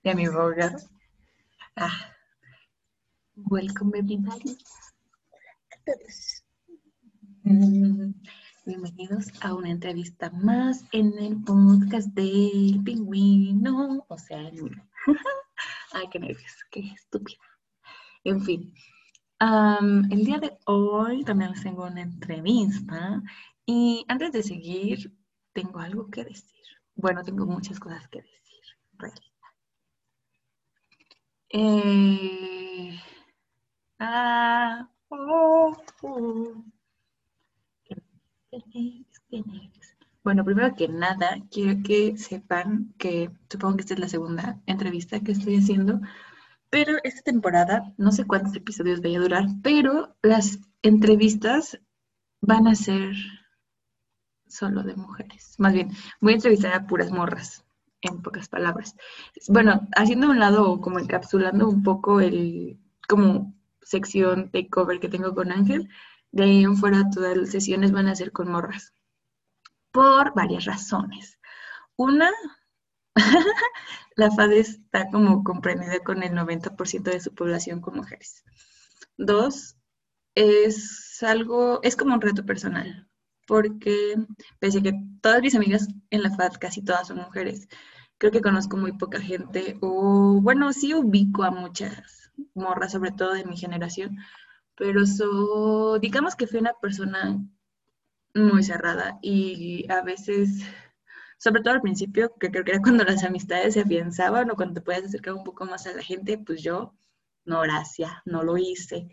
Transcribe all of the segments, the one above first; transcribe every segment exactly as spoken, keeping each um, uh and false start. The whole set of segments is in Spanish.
de mi abogado. Ah, welcome everybody. Mm, bienvenidos a una entrevista más en el podcast del pingüino, o sea, el mío. Ay, qué nervios, qué estúpida. En fin, um, el día de hoy también les tengo una entrevista y antes de seguir, tengo algo que decir. Bueno, tengo muchas cosas que decir, en realidad. Eh, ah, oh, oh. Bueno, primero que nada, quiero que sepan que supongo que esta es la segunda entrevista que estoy haciendo, pero esta temporada, no sé cuántos episodios vaya a durar, pero las entrevistas van a ser solo de mujeres. Más bien, voy a entrevistar a puras morras, en pocas palabras. Bueno, haciendo a un lado, como encapsulando un poco el, como sección takeover que tengo con Ángel, de ahí en fuera todas las sesiones van a ser con morras, por varias razones. Una, la FAD está como comprendida con el noventa por ciento de su población con mujeres. Dos, es algo, es como un reto personal, porque pese a que todas mis amigas en la FAD casi todas son mujeres, creo que conozco muy poca gente, o bueno, sí ubico a muchas morras, sobre todo de mi generación, pero so, digamos que fui una persona muy cerrada y a veces, sobre todo al principio, que creo que era cuando las amistades se afianzaban o cuando te puedes acercar un poco más a la gente, pues yo, no, gracias, no lo hice.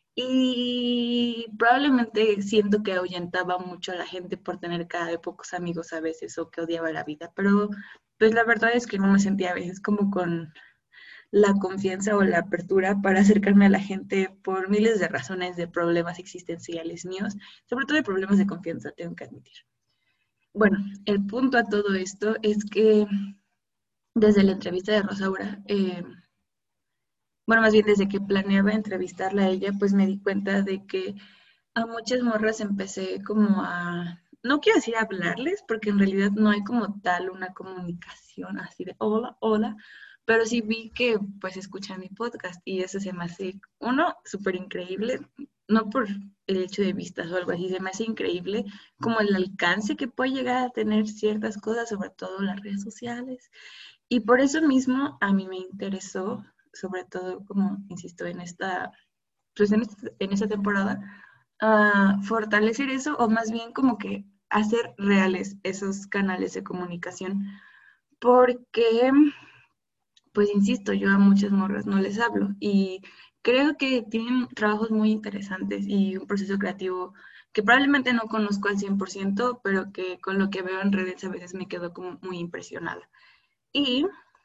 Y probablemente siento que ahuyentaba mucho a la gente por tener cada vez pocos amigos a veces o que odiaba la vida, pero pues la verdad es que no me sentía a veces como con la confianza o la apertura para acercarme a la gente por miles de razones de problemas existenciales míos, sobre todo de problemas de confianza, tengo que admitir. Bueno, el punto a todo esto es que desde la entrevista de Rosaura, eh, bueno, más bien desde que planeaba entrevistarla a ella, pues me di cuenta de que a muchas morras empecé como a, no quiero decir hablarles, porque en realidad no hay como tal una comunicación así de hola, hola, pero sí vi que pues escuchan mi podcast y eso se me hace, uno, súper increíble, no por el hecho de vistas o algo así, se me hace increíble como el alcance que puede llegar a tener ciertas cosas, sobre todo las redes sociales. Y por eso mismo a mí me interesó, sobre todo como, insisto, en esta, pues en, esta, en esta temporada, uh, fortalecer eso o más bien como que hacer reales esos canales de comunicación. Porque, pues insisto, yo a muchas morras no les hablo y creo que tienen trabajos muy interesantes y un proceso creativo que probablemente no conozco al cien por ciento, pero que con lo que veo en redes a veces me quedo como muy impresionada. Y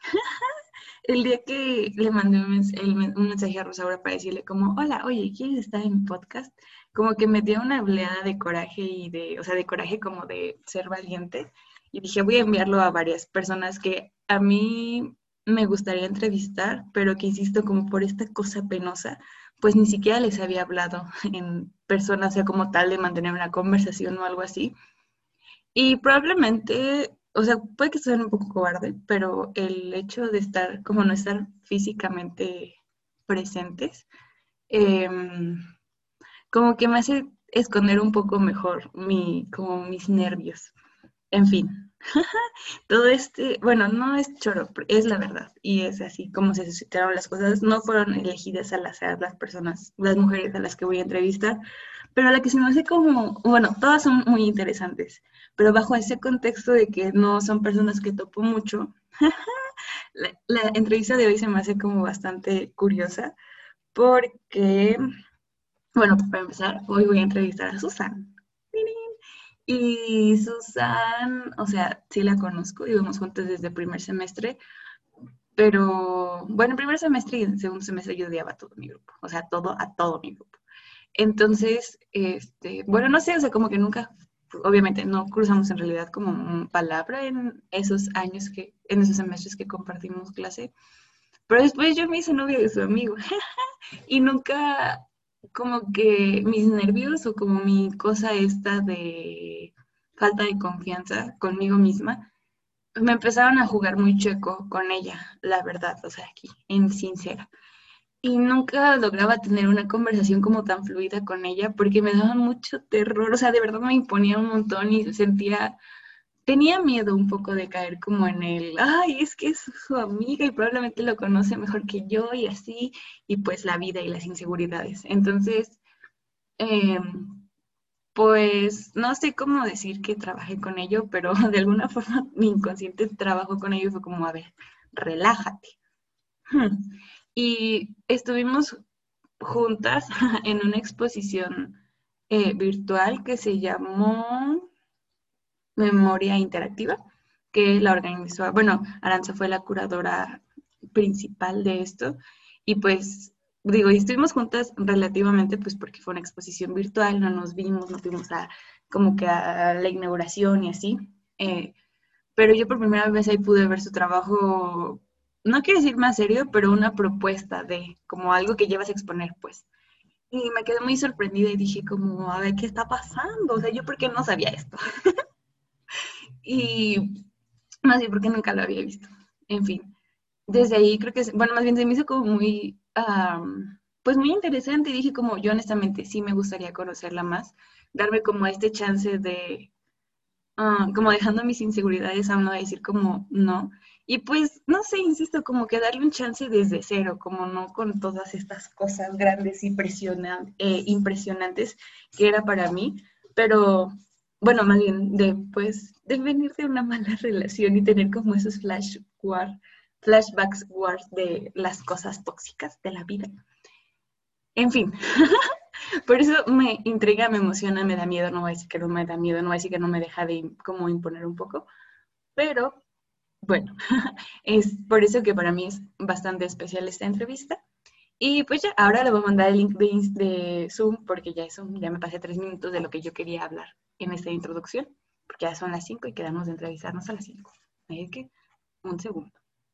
el día que le mandé un, mens el, un mensaje a Rosaura para decirle como, hola, oye, ¿quieres estar en mi podcast? Como que me dio una oleada de coraje y de, o sea, de coraje como de ser valiente. Y dije, voy a enviarlo a varias personas que a mí me gustaría entrevistar, pero que insisto, como por esta cosa penosa, pues ni siquiera les había hablado en persona, o sea, como tal de mantener una conversación o algo así. Y probablemente, o sea, puede que suene un poco cobarde, pero el hecho de estar, como no estar físicamente presentes, eh, como que me hace esconder un poco mejor mi, como mis nervios. En fin, todo este, bueno, no es choro, es la verdad. Y es así como se suscitaron las cosas. No fueron elegidas al azar las personas, las mujeres a las que voy a entrevistar, pero la que se me hace como, bueno, todas son muy interesantes, pero bajo ese contexto de que no son personas que topo mucho, la, la entrevista de hoy se me hace como bastante curiosa, porque, bueno, para empezar, hoy voy a entrevistar a Susan. Y Susan, o sea, sí la conozco, íbamos juntos desde primer semestre, pero bueno, en primer semestre y en segundo semestre yo odiaba a todo mi grupo, o sea, todo, a todo mi grupo. Entonces, este, bueno, no sé, o sea, como que nunca, obviamente no cruzamos en realidad como palabra en esos años que, en esos semestres que compartimos clase, pero después yo me hice novia de su amigo y nunca, como que mis nervios o como mi cosa esta de falta de confianza conmigo misma, me empezaron a jugar muy chueco con ella, la verdad, o sea, aquí, en sincera. Y nunca lograba tener una conversación como tan fluida con ella porque me daba mucho terror, o sea, de verdad me imponía un montón y sentía, tenía miedo un poco de caer como en el, ay, es que es su amiga y probablemente lo conoce mejor que yo y así, y pues la vida y las inseguridades. Entonces, eh, pues no sé cómo decir que trabajé con ello, pero de alguna forma mi inconsciente trabajó con ello y fue como, a ver, relájate. Hmm. Y estuvimos juntas en una exposición eh, virtual que se llamó Memoria Interactiva, que la organizó, bueno, Aranza fue la curadora principal de esto, y pues, digo, y estuvimos juntas relativamente, pues porque fue una exposición virtual, no nos vimos, no fuimos a como que a la inauguración y así, eh, pero yo por primera vez ahí pude ver su trabajo, no quiero decir más serio, pero una propuesta de como algo que llevas a exponer, pues. Y me quedé muy sorprendida y dije como, a ver, ¿qué está pasando? O sea, yo por qué no sabía esto. Y más bien porque nunca lo había visto. En fin, desde ahí creo que, bueno, más bien se me hizo como muy, um, pues muy interesante y dije como, yo honestamente sí me gustaría conocerla más, darme como este chance de, uh, como dejando mis inseguridades a uno de decir como no. Y pues, no sé, insisto, como que darle un chance desde cero, como no con todas estas cosas grandes y impresionan, eh, impresionantes que era para mí, pero bueno, más bien de, pues, de venir de una mala relación y tener como esos flash war, flashbacks wars de las cosas tóxicas de la vida. En fin, por eso me intriga, me emociona, me da miedo, no voy a decir que no me da miedo, no voy a decir que no me deja de como imponer un poco, pero bueno, es por eso que para mí es bastante especial esta entrevista. Y pues ya, ahora le voy a mandar el link de, de Zoom, porque ya es Zoom, ya me pasé tres minutos de lo que yo quería hablar en esta introducción, porque ya son las cinco y quedamos de entrevistarnos a las cinco. Así que, un segundo.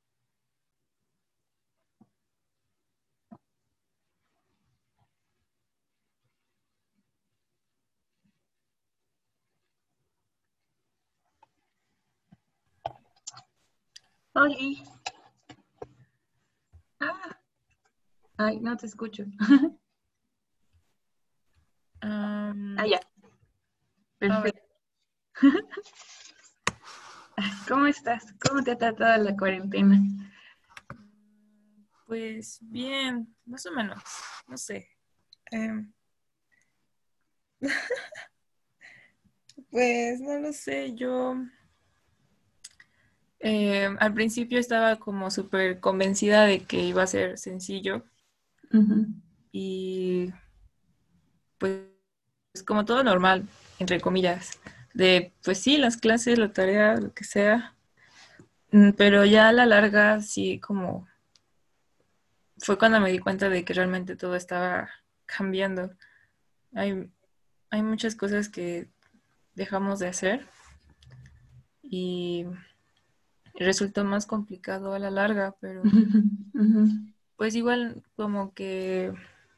Oli. Ah, ay, no te escucho. Um, Ah, ya, a ver, perfecto. ¿Cómo estás? ¿Cómo te ha tratado la cuarentena? pues bien, más o menos, no sé. Em, pues no lo sé, yo em, al principio estaba como súper convencida de que iba a ser sencillo Ujú. y pues como todo normal, entre comillas, de pues sí, las clases, la tarea, lo que sea, mm, pero ya a la larga sí como fue cuando me di cuenta de que realmente todo estaba cambiando. Hay, hay muchas cosas que dejamos de hacer y resultó más complicado a la larga, pero Ujú. pues igual como que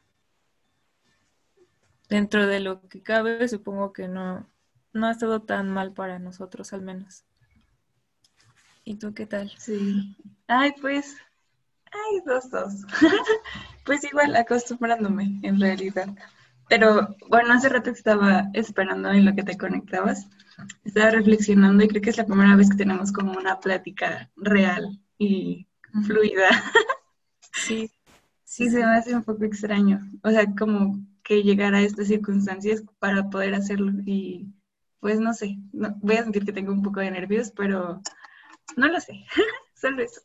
dentro de lo que cabe supongo que no, no ha estado tan mal para nosotros al menos. ¿Y tú qué tal? Sí. Ay, pues, ay, dos, dos. Pues igual, acostumbrándome, en realidad. Pero bueno, hace rato estaba esperando en lo que te conectabas. Estaba reflexionando y creo que es la primera vez que tenemos como una plática real y Ujú. fluida. Sí, sí, Y se sí. me hace un poco extraño. O sea, como que llegar a estas circunstancias para poder hacerlo. Y pues no sé, no, voy a sentir que tengo un poco de nervios, pero no lo sé. Solo eso.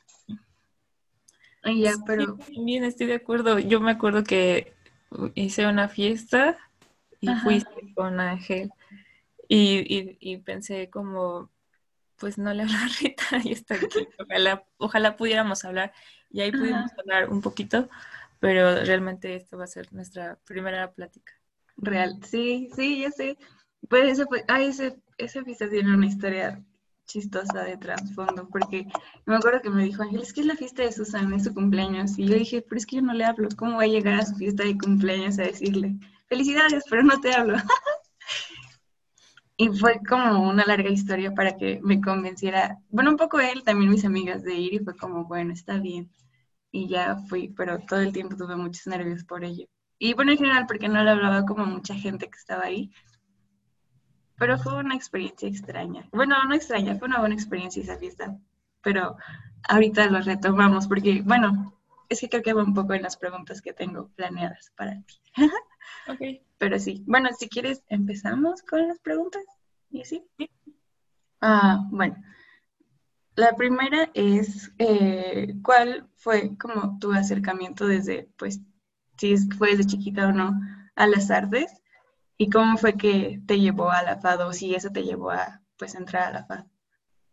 Y ya, Sí, pero... también estoy de acuerdo. Yo me acuerdo que hice una fiesta y Ajá. fuiste con Ángel y, y, y pensé como, pues no le hablo a Rita y está aquí. Ojalá, ojalá pudiéramos hablar y ahí pudimos Ajá. hablar un poquito, pero realmente esto va a ser nuestra primera plática. Real, sí, sí, ya sé. Pues eso fue, ah, ese, esa fiesta tiene una historia chistosa de trasfondo, porque me acuerdo que me dijo Ángel, es que es la fiesta de Susan, es su cumpleaños, y yo dije, pero es que yo no le hablo, ¿cómo voy a llegar a su fiesta de cumpleaños a decirle, felicidades, pero no te hablo? Y fue como una larga historia para que me convenciera, bueno, un poco él, también mis amigas de ir y fue como, bueno, está bien. Y ya fui, pero todo el tiempo tuve muchos nervios por ello. Y bueno, en general, porque no le hablaba como mucha gente que estaba ahí, pero fue una experiencia extraña. Bueno, no extraña, fue una buena experiencia esa fiesta, pero ahorita lo retomamos porque, bueno, es que creo que va un poco en las preguntas que tengo planeadas para ti. Ok. Pero sí, bueno, si quieres empezamos con las preguntas y así. Ah, bueno, la primera es, eh, ¿cuál fue como tu acercamiento desde, pues, si es- fue desde chiquita o no, a las artes? ¿Y cómo fue que te llevó a la F A D o si eso te llevó a, pues, entrar a la F A D?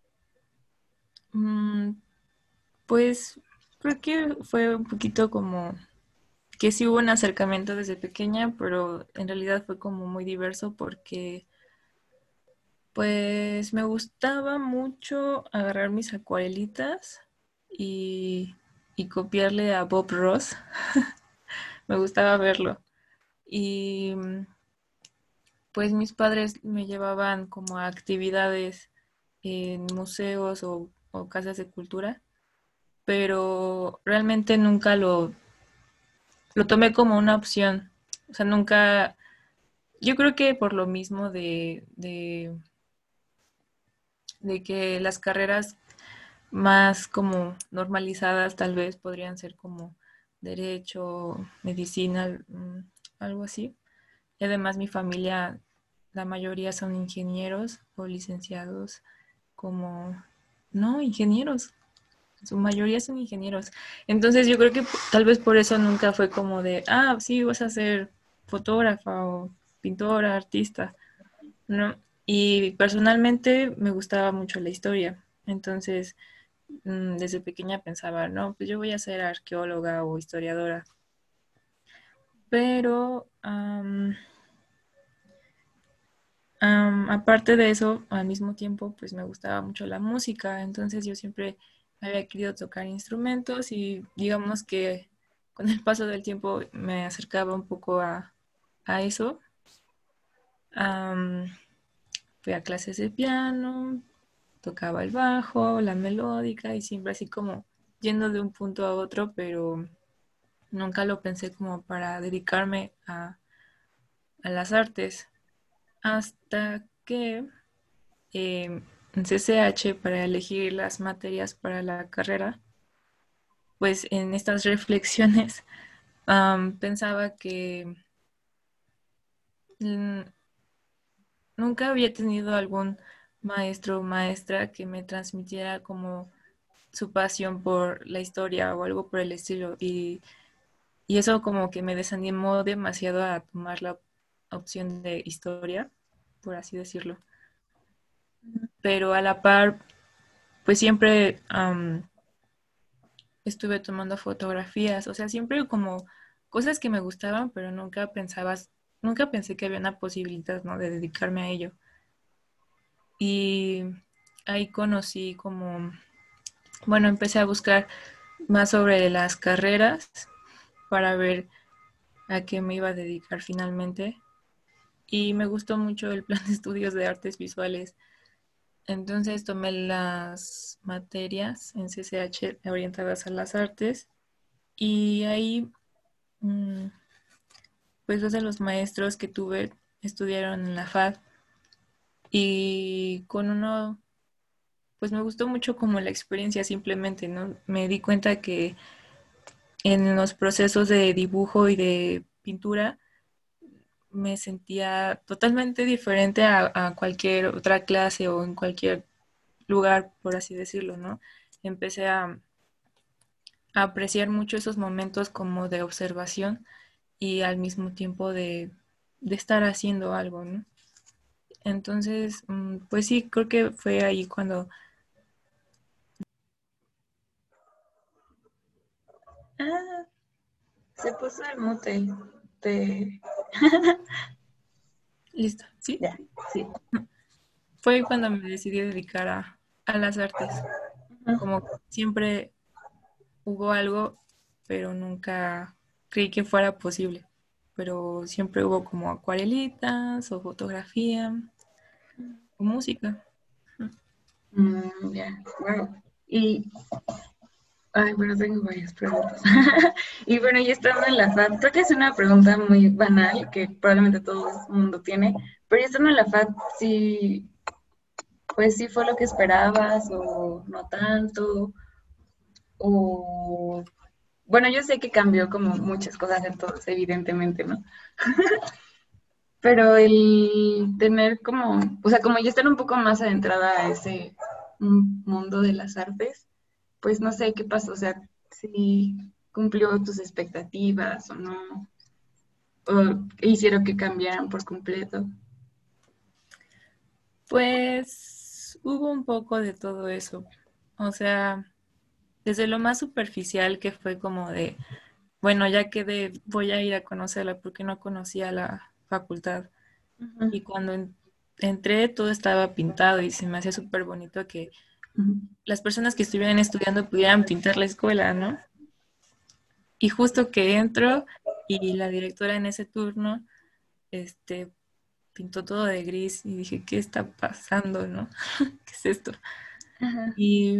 Mm, pues creo que fue un poquito como que sí hubo un acercamiento desde pequeña, pero en realidad fue como muy diverso porque pues me gustaba mucho agarrar mis acuarelitas y, y copiarle a Bob Ross. Me gustaba verlo. Y mm, pues mis padres me llevaban como a actividades en museos o, o casas de cultura, pero realmente nunca lo, lo tomé como una opción. O sea, nunca, yo creo que por lo mismo de, de, de que las carreras más como normalizadas tal vez podrían ser como derecho, medicina, mm, algo así. Y además mi familia, la mayoría son ingenieros o licenciados como, no, ingenieros, su mayoría son ingenieros. Entonces yo creo que p- tal vez por eso nunca fue como de, ah, sí, vas a ser fotógrafa o pintora, artista, ¿no? Y personalmente me gustaba mucho la historia. Entonces, mm, desde pequeña pensaba, no, pues yo voy a ser arqueóloga o historiadora. Pero am, am, aparte de eso, al mismo tiempo, pues me gustaba mucho la música. Entonces yo siempre había querido tocar instrumentos y digamos que con el paso del tiempo me acercaba un poco a, a eso. Am, Fui a clases de piano, tocaba el bajo, la melódica y siempre así como yendo de un punto a otro, pero nunca lo pensé como para dedicarme a, a las artes. Hasta que eh, en C C H, para elegir las materias para la carrera, pues en estas reflexiones am, pensaba que mm, nunca había tenido algún maestro o maestra que me transmitiera como su pasión por la historia o algo por el estilo. Y, y eso como que me desanimó demasiado a tomar la opción de historia, por así decirlo. Pero a la par, pues siempre am, estuve tomando fotografías, o sea, siempre como cosas que me gustaban, pero nunca pensabas, nunca pensé que había una posibilidad, ¿no? De dedicarme a ello. Y ahí conocí como, bueno, empecé a buscar más sobre las carreras para ver a qué me iba a dedicar finalmente. Y me gustó mucho el plan de estudios de artes visuales. Entonces tomé las materias en C C H orientadas a las artes y ahí, mm, pues dos de los maestros que tuve estudiaron en la F A D y con uno, pues me gustó mucho como la experiencia simplemente, ¿no? Me di cuenta que en los procesos de dibujo y de pintura me sentía totalmente diferente a, a cualquier otra clase o en cualquier lugar, por así decirlo, ¿no? Empecé a, a apreciar mucho esos momentos como de observación y al mismo tiempo de, de estar haciendo algo, ¿no? Entonces, mm, pues sí, creo que fue ahí cuando... Ah, se puso el mute. De... Listo, ¿sí? Ya, sí. Fue ahí cuando me decidí dedicar a, a las artes. Ujú. Como siempre hubo algo, pero nunca creí que fuera posible. Pero siempre hubo como acuarelitas o fotografía. o música. Mm, ya, wow. Y, ay, bueno, tengo varias preguntas. Y bueno, ya estando en la F A D, creo que es una pregunta muy banal que probablemente todo el mundo tiene, pero ya estando en la F A D, sí, pues sí fue lo que esperabas o no tanto, o bueno, yo sé que cambió como muchas cosas en todos, evidentemente, ¿no? Pero el tener como, o sea, como ya estar un poco más adentrada a ese mm, mundo de las artes, pues no sé qué pasó, o sea, si cumplió tus expectativas o no, o hicieron que cambiaran por completo. Pues hubo un poco de todo eso. O sea, desde lo más superficial que fue como de, bueno, ya quedé, voy a ir a conocerla porque no conocía la facultad. Ujú, Y cuando en- entré todo estaba pintado y se me hacía súper bonito que ujú. las personas que estuvieran estudiando pudieran pintar la escuela, ¿no? Y justo que entro y la directora en ese turno, este, pintó todo de gris y dije, ¿qué está pasando, no? ¿Qué es esto? Ajá. Y,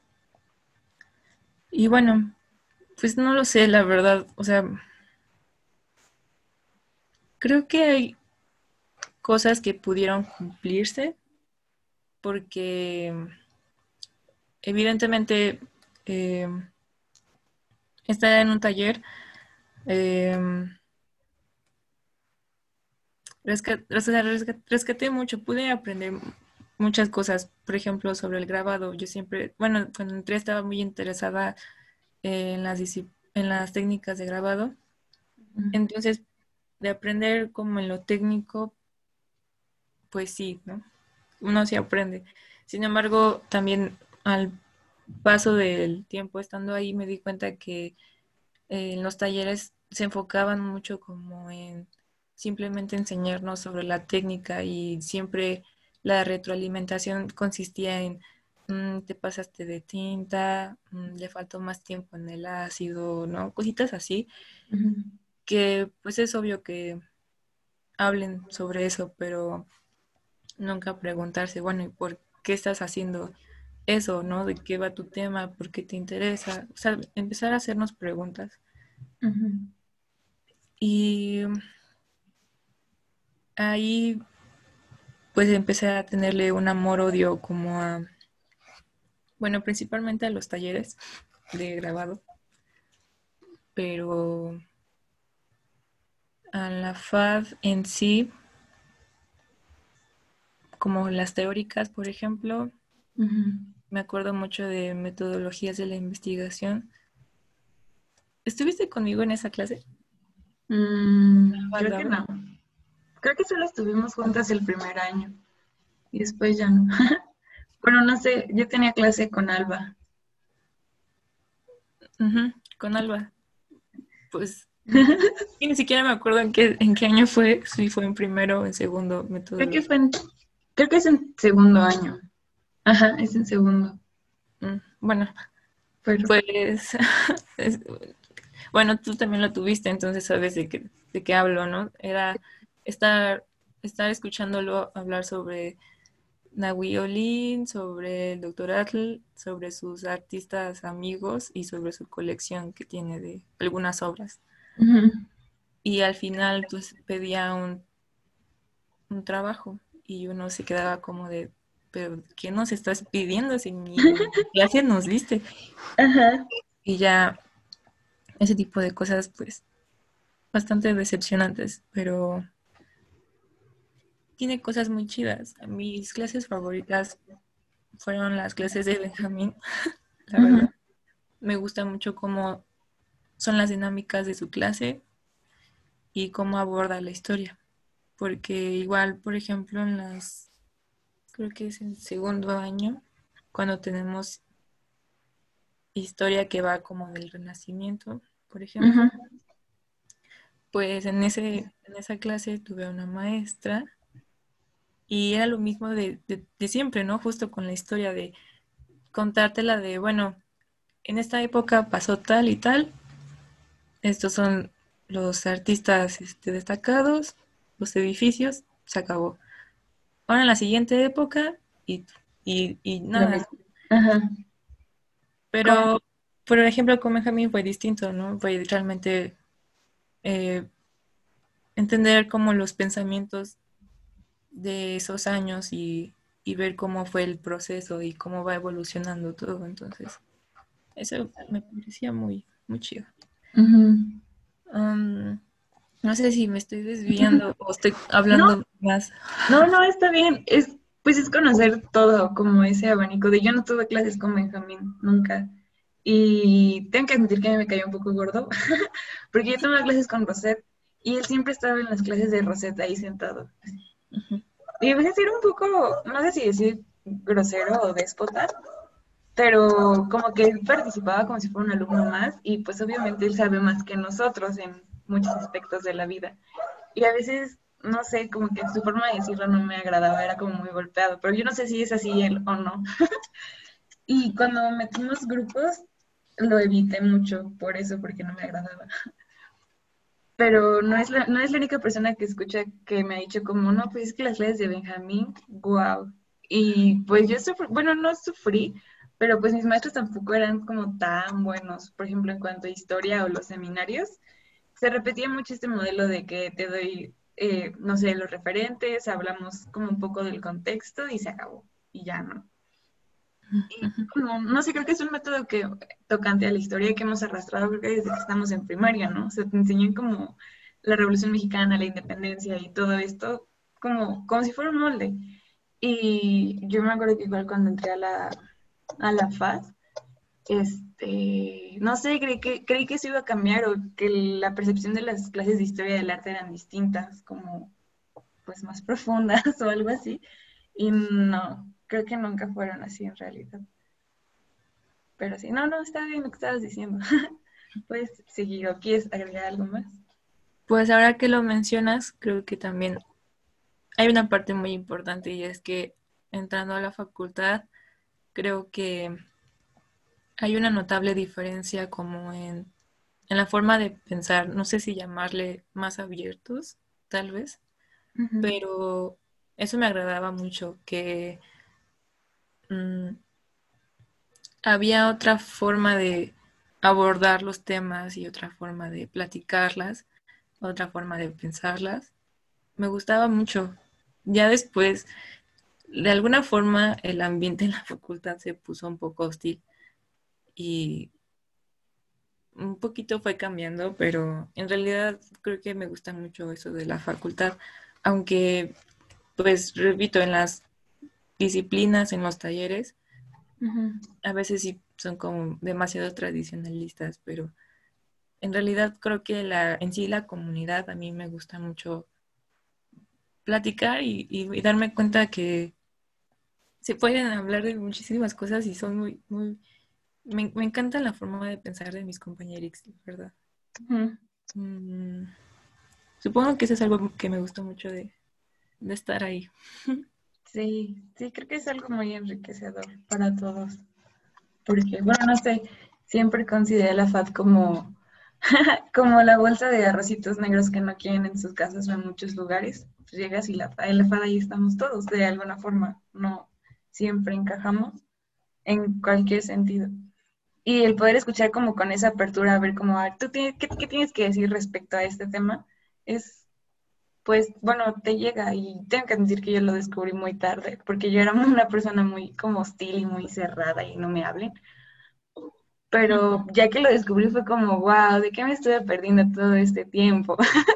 y bueno, pues no lo sé, la verdad. O sea, creo que hay cosas que pudieron cumplirse porque evidentemente eh, estar en un taller eh, resca- o sea, resca- rescaté mucho, pude aprender muchas cosas, por ejemplo, sobre el grabado. Yo siempre, bueno, cuando entré estaba muy interesada en las, disci- en las técnicas de grabado. Entonces, de aprender como en lo técnico, pues sí, ¿no? Uno sí aprende. Sin embargo, también al paso del tiempo estando ahí me di cuenta que eh, en los talleres se enfocaban mucho como en simplemente enseñarnos sobre la técnica y siempre la retroalimentación consistía en "Mm, te pasaste de tinta, mm, le faltó más tiempo en el ácido, ¿no? Cositas así Ujú. que pues es obvio que hablen sobre eso, pero nunca preguntarse, bueno, ¿y por qué estás haciendo eso, no? ¿De qué va tu tema? ¿Por qué te interesa? O sea, empezar a hacernos preguntas. Ujú. Y ahí pues empecé a tenerle un amor-odio como a, bueno, principalmente a los talleres de grabado, pero a la F A D en sí, como las teóricas, por ejemplo, Ujú. me acuerdo mucho de metodologías de la investigación. ¿Estuviste conmigo en esa clase? Mm, creo que Alba, no. Creo que solo estuvimos juntas el primer año y después ya no. Bueno, no sé, yo tenía clase con Alba. ujú, con Alba. Pues y ni siquiera me acuerdo en qué, en qué año fue, si fue en primero o en segundo Creo que metodología. fue en, creo que es en segundo año. Ajá, es en segundo. Mm, bueno, Pero, pues es- bueno, tú también lo tuviste, entonces sabes de qué, de qué hablo, ¿no? Era estar, estar escuchándolo hablar sobre Nahui Olin, sobre el doctor Atl, sobre sus artistas amigos y sobre su colección que tiene de algunas obras. ujú. Y al final, pues pedía un, un trabajo y uno se quedaba como de, pero ¿qué nos estás pidiendo si ni en clase nos diste? Ajá. Y ya ese tipo de cosas, pues, bastante decepcionantes, pero tiene cosas muy chidas. Mis clases favoritas fueron las clases de Benjamín, la Ujú. verdad. Me gusta mucho cómo son las dinámicas de su clase y cómo aborda la historia. Porque igual, por ejemplo, en las, creo que es en segundo año, cuando tenemos historia que va como del Renacimiento, por ejemplo, Ujú. pues en ese, en esa clase tuve una maestra y era lo mismo de, de, de siempre, ¿no? Justo con la historia de contártela de, bueno, en esta época pasó tal y tal, estos son los artistas este, destacados, los edificios, se acabó. ahora en la siguiente época y, y, y Lo nada. mismo. Ajá. ¿Cómo? Pero, por ejemplo, con Benjamín fue distinto, ¿no? Fue realmente eh, entender como los pensamientos de esos años y, y ver cómo fue el proceso y cómo va evolucionando todo. Entonces, eso me parecía muy, muy chido. Ujú. Um, no sé si me estoy desviando o estoy No, hablando más. no, no, está bien. Es, pues es conocer todo, como ese abanico de yo no tuve clases con Benjamín, nunca. Y tengo que admitir que a mí me cayó un poco gordo, porque yo tomé clases con Rosette y él siempre estaba en las clases de Rosette ahí sentado. Ujú, Y a veces era un poco, no sé si decir grosero o déspota, pero como que él participaba como si fuera un alumno más y pues obviamente él sabe más que nosotros en muchos aspectos de la vida. Y a veces, no sé, como que su forma de decirlo no me agradaba, era como muy golpeado, pero yo no sé si es así él o no. Y cuando metimos grupos, lo evité mucho por eso, porque no me agradaba. Pero no es la, no es la única persona que escucha que me ha dicho como, no, pues es que las clases de Benjamín, wow. Y pues yo sufrí, bueno, no sufrí, pero pues mis maestros tampoco eran como tan buenos. Por ejemplo, en cuanto a historia o los seminarios, se repetía mucho este modelo de que te doy, eh, no sé, los referentes, hablamos como un poco del contexto y se acabó. Y ya no. Y ujú. como, no sé, creo que es un método que tocante a la historia que hemos arrastrado creo que desde que estamos en primaria, ¿no? O sea, te enseñan como la Revolución Mexicana, la independencia y todo esto como, como si fuera un molde. Y yo me acuerdo que igual cuando entré a la, a la F A S, este, no sé, creí que, creí que eso iba a cambiar o que la percepción de las clases de historia del arte eran distintas, como pues más profundas o algo así. Y no, creo que nunca fueron así en realidad. Pero sí, no, no, está bien lo que estabas diciendo. Puedes seguir o quieres agregar algo más. Pues ahora que lo mencionas, creo que también hay una parte muy importante y es que entrando a la facultad, creo que hay una notable diferencia como en, en la forma de pensar, no sé si llamarle más abiertos, tal vez, Ujú, pero eso me agradaba mucho, que mm, había otra forma de abordar los temas y otra forma de platicarlas, otra forma de pensarlas. Me gustaba mucho. Ya después, de alguna forma, el ambiente en la facultad se puso un poco hostil y un poquito fue cambiando, pero en realidad creo que me gusta mucho eso de la facultad, aunque, pues, repito, en las disciplinas, en los talleres, ujú. a veces sí son como demasiado tradicionalistas, pero en realidad creo que la, en sí la comunidad a mí me gusta mucho platicar y, y- y darme cuenta que se pueden hablar de muchísimas cosas y son muy, muy, me, me encanta la forma de pensar de mis compañeros, ¿verdad? Ujú. Mm, supongo que eso es algo que me gustó mucho de, de estar ahí. Sí, sí, creo que es algo muy enriquecedor para todos. Porque, bueno, no sé, siempre consideré la F A D como, como la bolsa de arrocitos negros que no quieren en sus casas o en muchos lugares. Pues llegas y la, en la F A D ahí estamos todos, de alguna forma. No siempre encajamos en cualquier sentido. Y el poder escuchar como con esa apertura, a ver cómo, a ver, ¿tú tienes, qué, qué tienes que decir respecto a este tema? Es, pues, bueno, te llega y tengo que admitir que yo lo descubrí muy tarde, porque yo era una persona muy como hostil y muy cerrada y no me hablen. Pero ya que lo descubrí fue como, wow, ¿de qué me estuve perdiendo todo este tiempo?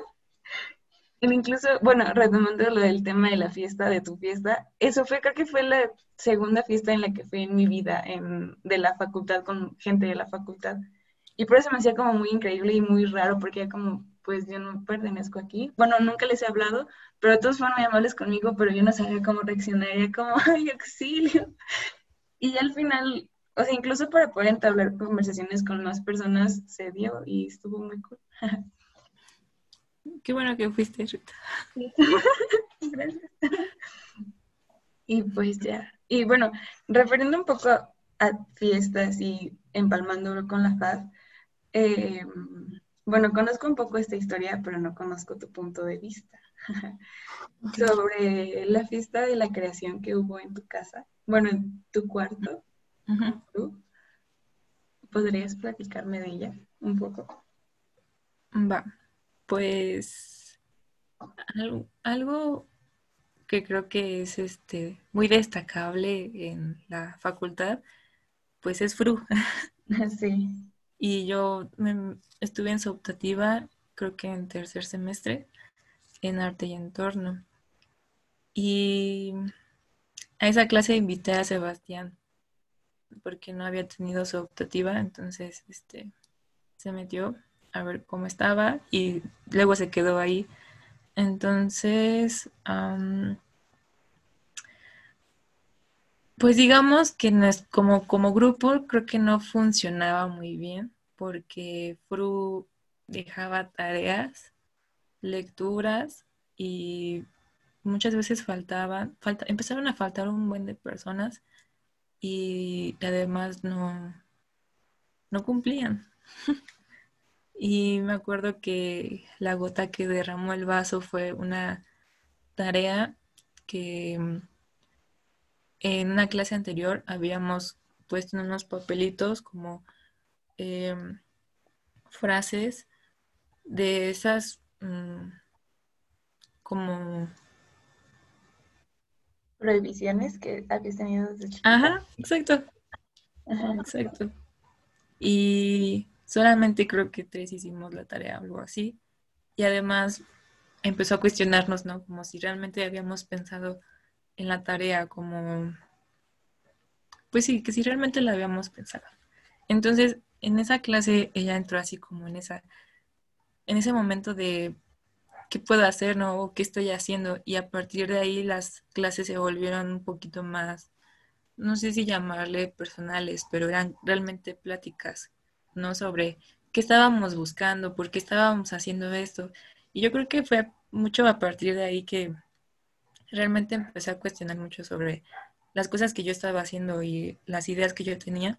E incluso, bueno, retomando lo del tema de la fiesta, de tu fiesta, eso fue, creo que fue la segunda fiesta en la que fui en mi vida, en, de la facultad, con gente de la facultad. Y por eso me hacía como muy increíble y muy raro, porque ya como, pues yo no pertenezco aquí. Bueno, nunca les he hablado, pero todos fueron muy amables conmigo, pero yo no sabía cómo reaccionar, era como, ay, auxilio. Y al final, o sea, incluso para poder entablar conversaciones con más personas, se dio y estuvo muy cool. Qué bueno que fuiste, Rita. Gracias. Y pues ya. Y bueno, refiriendo un poco a fiestas y empalmándolo con la F A D, eh, bueno, conozco un poco esta historia, pero no conozco tu punto de vista Ok. sobre la fiesta de la creación que hubo en tu casa, bueno, en tu cuarto, Ujú. con tú. ¿Podrías platicarme de ella un poco? Va, pues algo, algo que creo que es este muy destacable en la facultad, pues es F R U. Sí. Y yo me, estuve en su optativa, creo que en tercer semestre, en arte y entorno. Y a esa clase invité a Sebastián, porque no había tenido su optativa, entonces este, se metió a ver cómo estaba y luego se quedó ahí. Entonces, am, pues digamos que nos- como, como grupo creo que no funcionaba muy bien, porque F R U dejaba tareas, lecturas y muchas veces faltaban, falta, empezaron a faltar un buen de personas y además no, no cumplían. Y me acuerdo que la gota que derramó el vaso fue una tarea que mm, en una clase anterior habíamos puesto en unos papelitos como em, frases de esas mm, como... Prohibiciones que habías tenido desde chiquita. Ajá, exacto, Ajá. exacto. Y solamente creo que tres hicimos la tarea o algo así. Y además empezó a cuestionarnos, ¿no? Como si realmente habíamos pensado en la tarea, como, pues sí, que si realmente la habíamos pensado. Entonces, en esa clase ella entró así como en esa, en ese momento de qué puedo hacer, ¿no? O qué estoy haciendo. Y a partir de ahí las clases se volvieron un poquito más, no sé si llamarle personales, pero eran realmente pláticas, ¿no? Sobre qué estábamos buscando, por qué estábamos haciendo esto. Y yo creo que fue mucho a partir de ahí que realmente empecé a cuestionar mucho sobre las cosas que yo estaba haciendo y las ideas que yo tenía.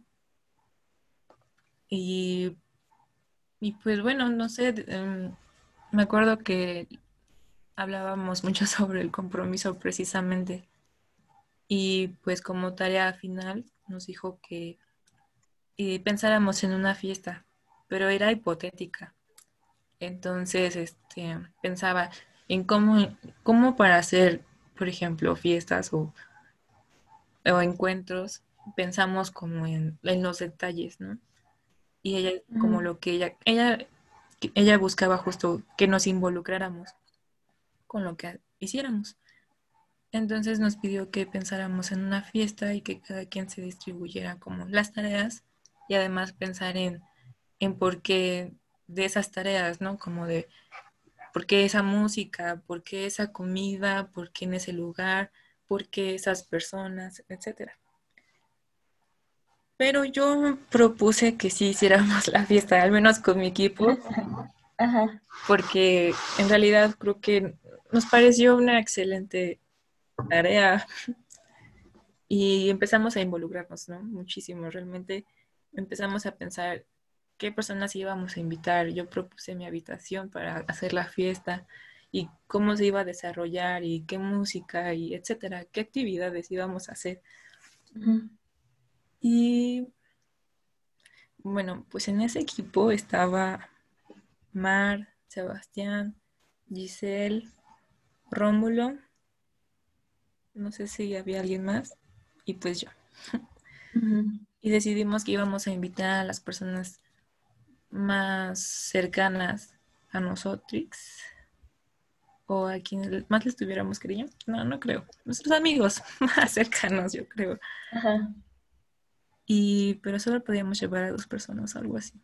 Y, y pues bueno, no sé, em, me acuerdo que hablábamos mucho sobre el compromiso precisamente. Y pues como tarea final nos dijo que y pensáramos en una fiesta, pero era hipotética. Entonces, este, pensaba en cómo, cómo para hacer, por ejemplo, fiestas o, o encuentros, pensamos como en, en los detalles, ¿no? Y ella, como Ujú. lo que ella, ella, ella buscaba justo que nos involucráramos con lo que hiciéramos. Entonces nos pidió que pensáramos en una fiesta y que cada quien se distribuyera como las tareas y además pensar en, en por qué de esas tareas, ¿no? Como de por qué esa música, por qué esa comida, por qué en ese lugar, por qué esas personas, etcétera. Pero yo propuse que sí hiciéramos la fiesta, al menos con mi equipo, Ajá. porque en realidad creo que nos pareció una excelente tarea y empezamos a involucrarnos, ¿no? Muchísimo, realmente empezamos a pensar qué personas íbamos a invitar. Yo propuse mi habitación para hacer la fiesta y cómo se iba a desarrollar y qué música y etcétera, qué actividades íbamos a hacer. Ujú. Y bueno, pues en ese equipo estaba Mar, Sebastián, Giselle, Rómulo, no sé si había alguien más, y pues yo. Ujú. Y decidimos que íbamos a invitar a las personas más cercanas a nosotros o a quienes más les tuviéramos cariño. No, no creo. Nuestros amigos más cercanos, yo creo. Ajá. Y, pero solo podíamos llevar a dos personas, algo así.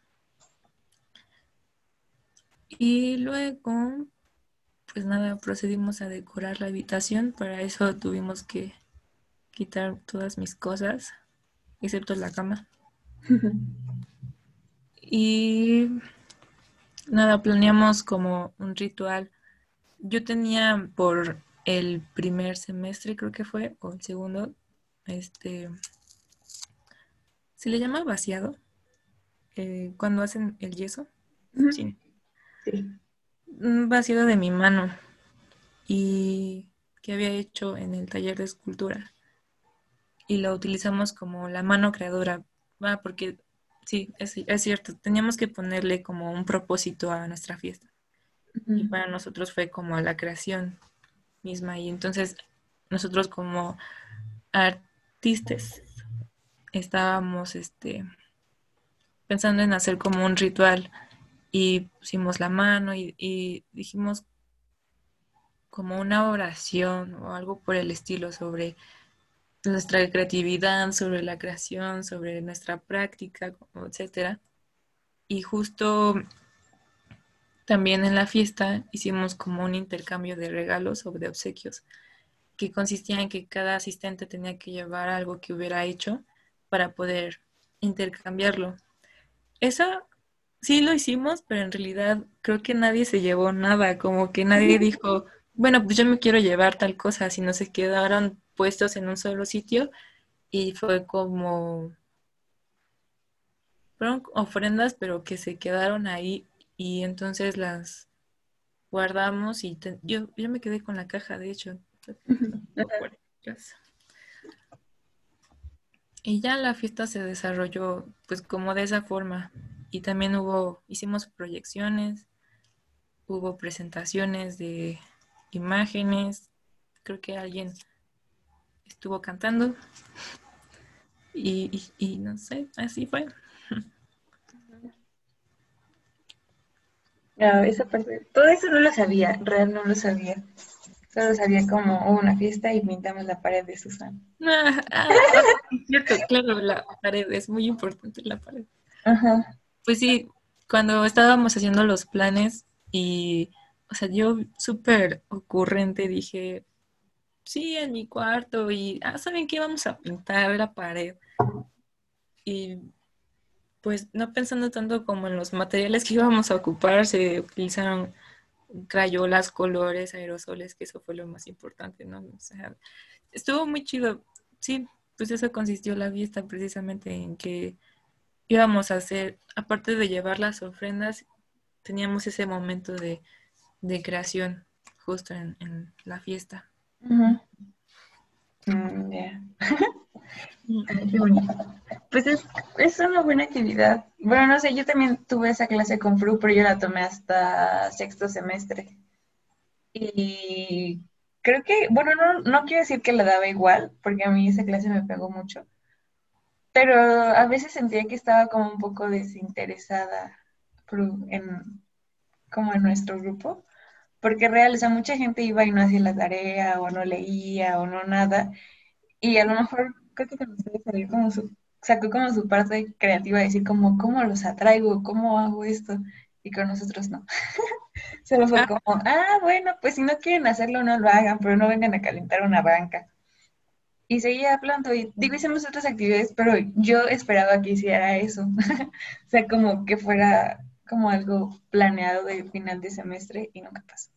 Y luego, pues nada, procedimos a decorar la habitación. Para eso tuvimos que quitar todas mis cosas, excepto la cama. Y nada, planeamos como un ritual. Yo tenía por el primer semestre, creo que fue, o el segundo, este, se le llama vaciado, eh, cuando hacen el yeso. Ujú. Sí. Sí. Un vacío de mi mano y que había hecho en el taller de escultura. Y lo utilizamos como la mano creadora, ah, porque sí, es, es cierto, teníamos que ponerle como un propósito a nuestra fiesta. Y Ujú. para nosotros fue como la creación misma. Y entonces nosotros como artistas estábamos este, pensando en hacer como un ritual y pusimos la mano y, y dijimos como una oración o algo por el estilo sobre nuestra creatividad, sobre la creación, sobre nuestra práctica, etcétera. Y justo también en la fiesta hicimos como un intercambio de regalos o de obsequios que consistía en que cada asistente tenía que llevar algo que hubiera hecho para poder intercambiarlo. Eso sí lo hicimos, pero en realidad creo que nadie se llevó nada, como que nadie dijo, bueno, pues yo me quiero llevar tal cosa, sino se quedaron puestos en un solo sitio y fue como, fueron ofrendas, pero que se quedaron ahí y entonces las guardamos y te- yo, yo me quedé con la caja, de hecho. Por atrás. Y ya la fiesta se desarrolló pues como de esa forma. Y también hubo, hicimos proyecciones, hubo presentaciones de imágenes, creo que alguien estuvo cantando y, y, y no sé, así fue. Ah, esa parte, todo eso no lo sabía, real no lo sabía. Solo sabía como hubo una fiesta y pintamos la pared de Susan. Ah, ah, ah, es cierto, claro, la pared, es muy importante la pared. Ajá. Pues sí, cuando estábamos haciendo los planes y, o sea, yo súper ocurrente dije, sí, en mi cuarto y, ah, ¿saben qué? Vamos a pintar la pared. Y pues no pensando tanto como en los materiales que íbamos a ocupar, se utilizaron crayolas, colores, aerosoles, que eso fue lo más importante, ¿no? O sea, estuvo muy chido. Sí, pues eso consistió la fiesta precisamente en que íbamos a hacer, aparte de llevar las ofrendas, teníamos ese momento de, de creación justo en, en la fiesta. Ujú. Mm, ya. Mm. Ay, qué bonito. Pues es, es una buena actividad. Bueno, no sé, yo también tuve esa clase con Fru, pero yo la tomé hasta sexto semestre. Y creo que, bueno, no, no quiero decir que la daba igual, porque a mí esa clase me pegó mucho, pero a veces sentía que estaba como un poco desinteresada Fru, en, como en nuestro grupo, porque real, o sea, mucha gente iba y no hacía la tarea, o no leía, o no nada, y a lo mejor creo que con ustedes salió como su, sacó como su parte creativa de decir como, ¿cómo los atraigo? ¿Cómo hago esto? Y con nosotros no. Solo fue Ah, como, ah, bueno, pues si no quieren hacerlo, no lo hagan, pero no vengan a calentar una banca. Y seguía hablando, y digo, hicimos otras actividades, pero yo esperaba que hiciera eso. O sea, como que fuera como algo planeado de final de semestre y nunca pasó.